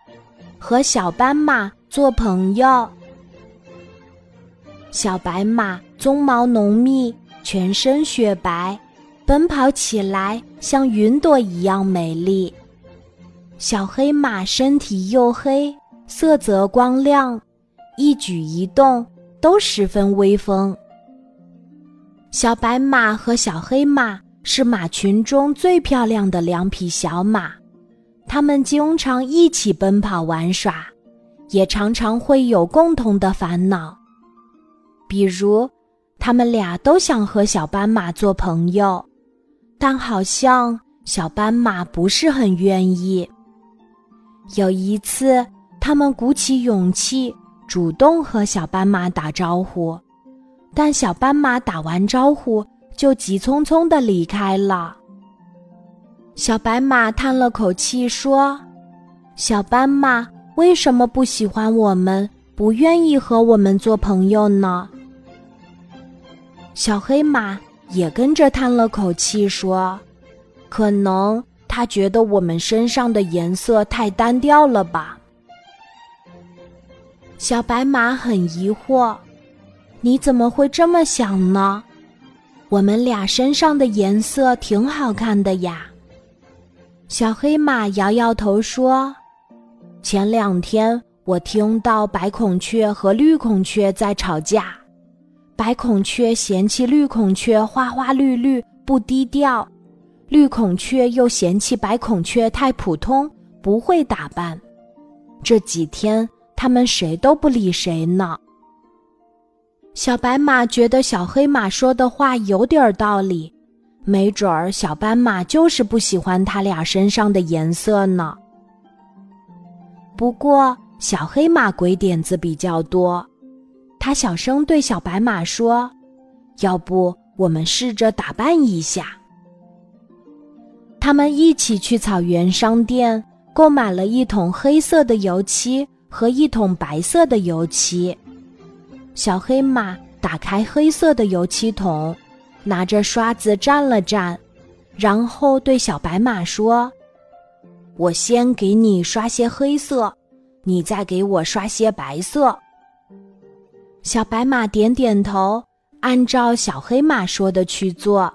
和小斑马做朋友。小白马鬃毛浓密，全身雪白，奔跑起来像云朵一样美丽。小黑马身体黝黑，色泽光亮，一举一动都十分威风。小白马和小黑马是马群中最漂亮的两匹小马，它们经常一起奔跑玩耍，也常常会有共同的烦恼。比如，他们俩都想和小斑马做朋友，但好像小斑马不是很愿意。有一次，他们鼓起勇气，主动和小斑马打招呼，但小斑马打完招呼就急匆匆地离开了。小白马叹了口气说：“小斑马为什么不喜欢我们，不愿意和我们做朋友呢？”小黑马也跟着叹了口气说：“可能他觉得我们身上的颜色太单调了吧。”小白马很疑惑：“你怎么会这么想呢？我们俩身上的颜色挺好看的呀。”小黑马摇摇头说：“前2天我听到白孔雀和绿孔雀在吵架，白孔雀嫌弃绿孔雀花花绿绿不低调，绿孔雀又嫌弃白孔雀太普通不会打扮。这几天他们谁都不理谁呢。”小白马觉得小黑马说的话有点道理，没准儿小斑马就是不喜欢他俩身上的颜色呢。不过小黑马鬼点子比较多，他小声对小白马说：“要不我们试着打扮一下。”他们一起去草原商店购买了一桶黑色的油漆和一桶白色的油漆。小黑马打开黑色的油漆桶，拿着刷子蘸了蘸，然后对小白马说：“我先给你刷些黑色，你再给我刷些白色。”小白马点点头，按照小黑马说的去做。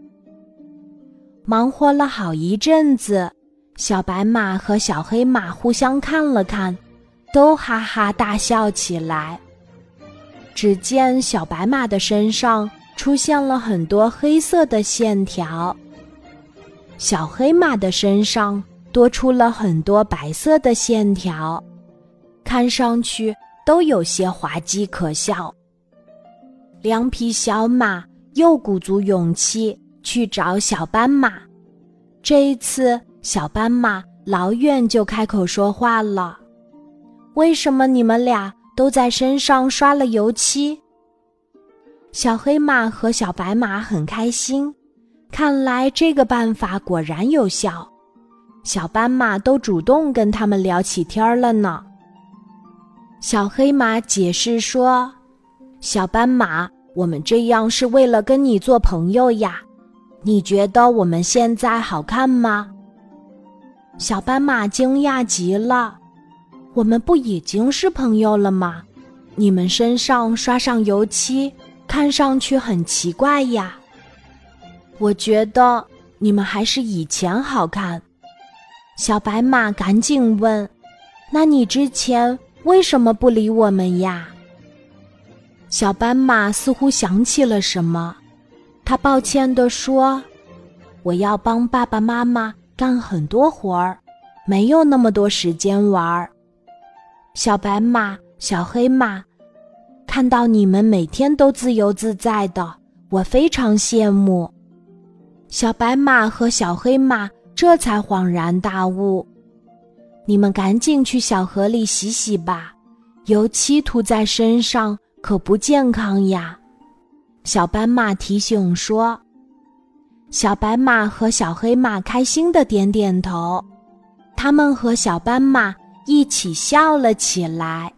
忙活了好一阵子，小白马和小黑马互相看了看，都哈哈大笑起来。只见小白马的身上出现了很多黑色的线条，小黑马的身上多出了很多白色的线条，看上去都有些滑稽可笑。两匹小马又鼓足勇气去找小斑马，这一次小斑马老远就开口说话了：“为什么你们俩都在身上刷了油漆？”小黑马和小白马很开心，看来这个办法果然有效，小斑马都主动跟他们聊起天了呢。小黑马解释说：“小斑马，我们这样是为了跟你做朋友呀，你觉得我们现在好看吗？”小斑马惊讶极了：“我们不已经是朋友了吗？你们身上刷上油漆，看上去很奇怪呀。我觉得你们还是以前好看。”小白马赶紧问：“那你之前为什么不理我们呀？”小斑马似乎想起了什么，他抱歉地说：“我要帮爸爸妈妈干很多活儿，没有那么多时间玩。”小白马、小黑马，看到你们每天都自由自在的，我非常羡慕。小白马和小黑马这才恍然大悟：“你们赶紧去小河里洗洗吧，油漆涂在身上可不健康呀。”小斑马提醒说。小白马和小黑马开心地点点头，他们和小斑马一起笑了起来。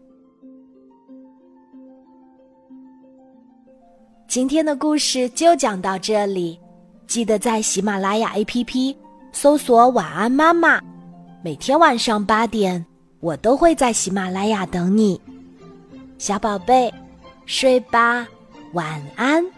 今天的故事就讲到这里，记得在喜马拉雅 APP 搜索晚安妈妈， 每天晚上8点，我都会在喜马拉雅等你。小宝贝，睡吧，晚安。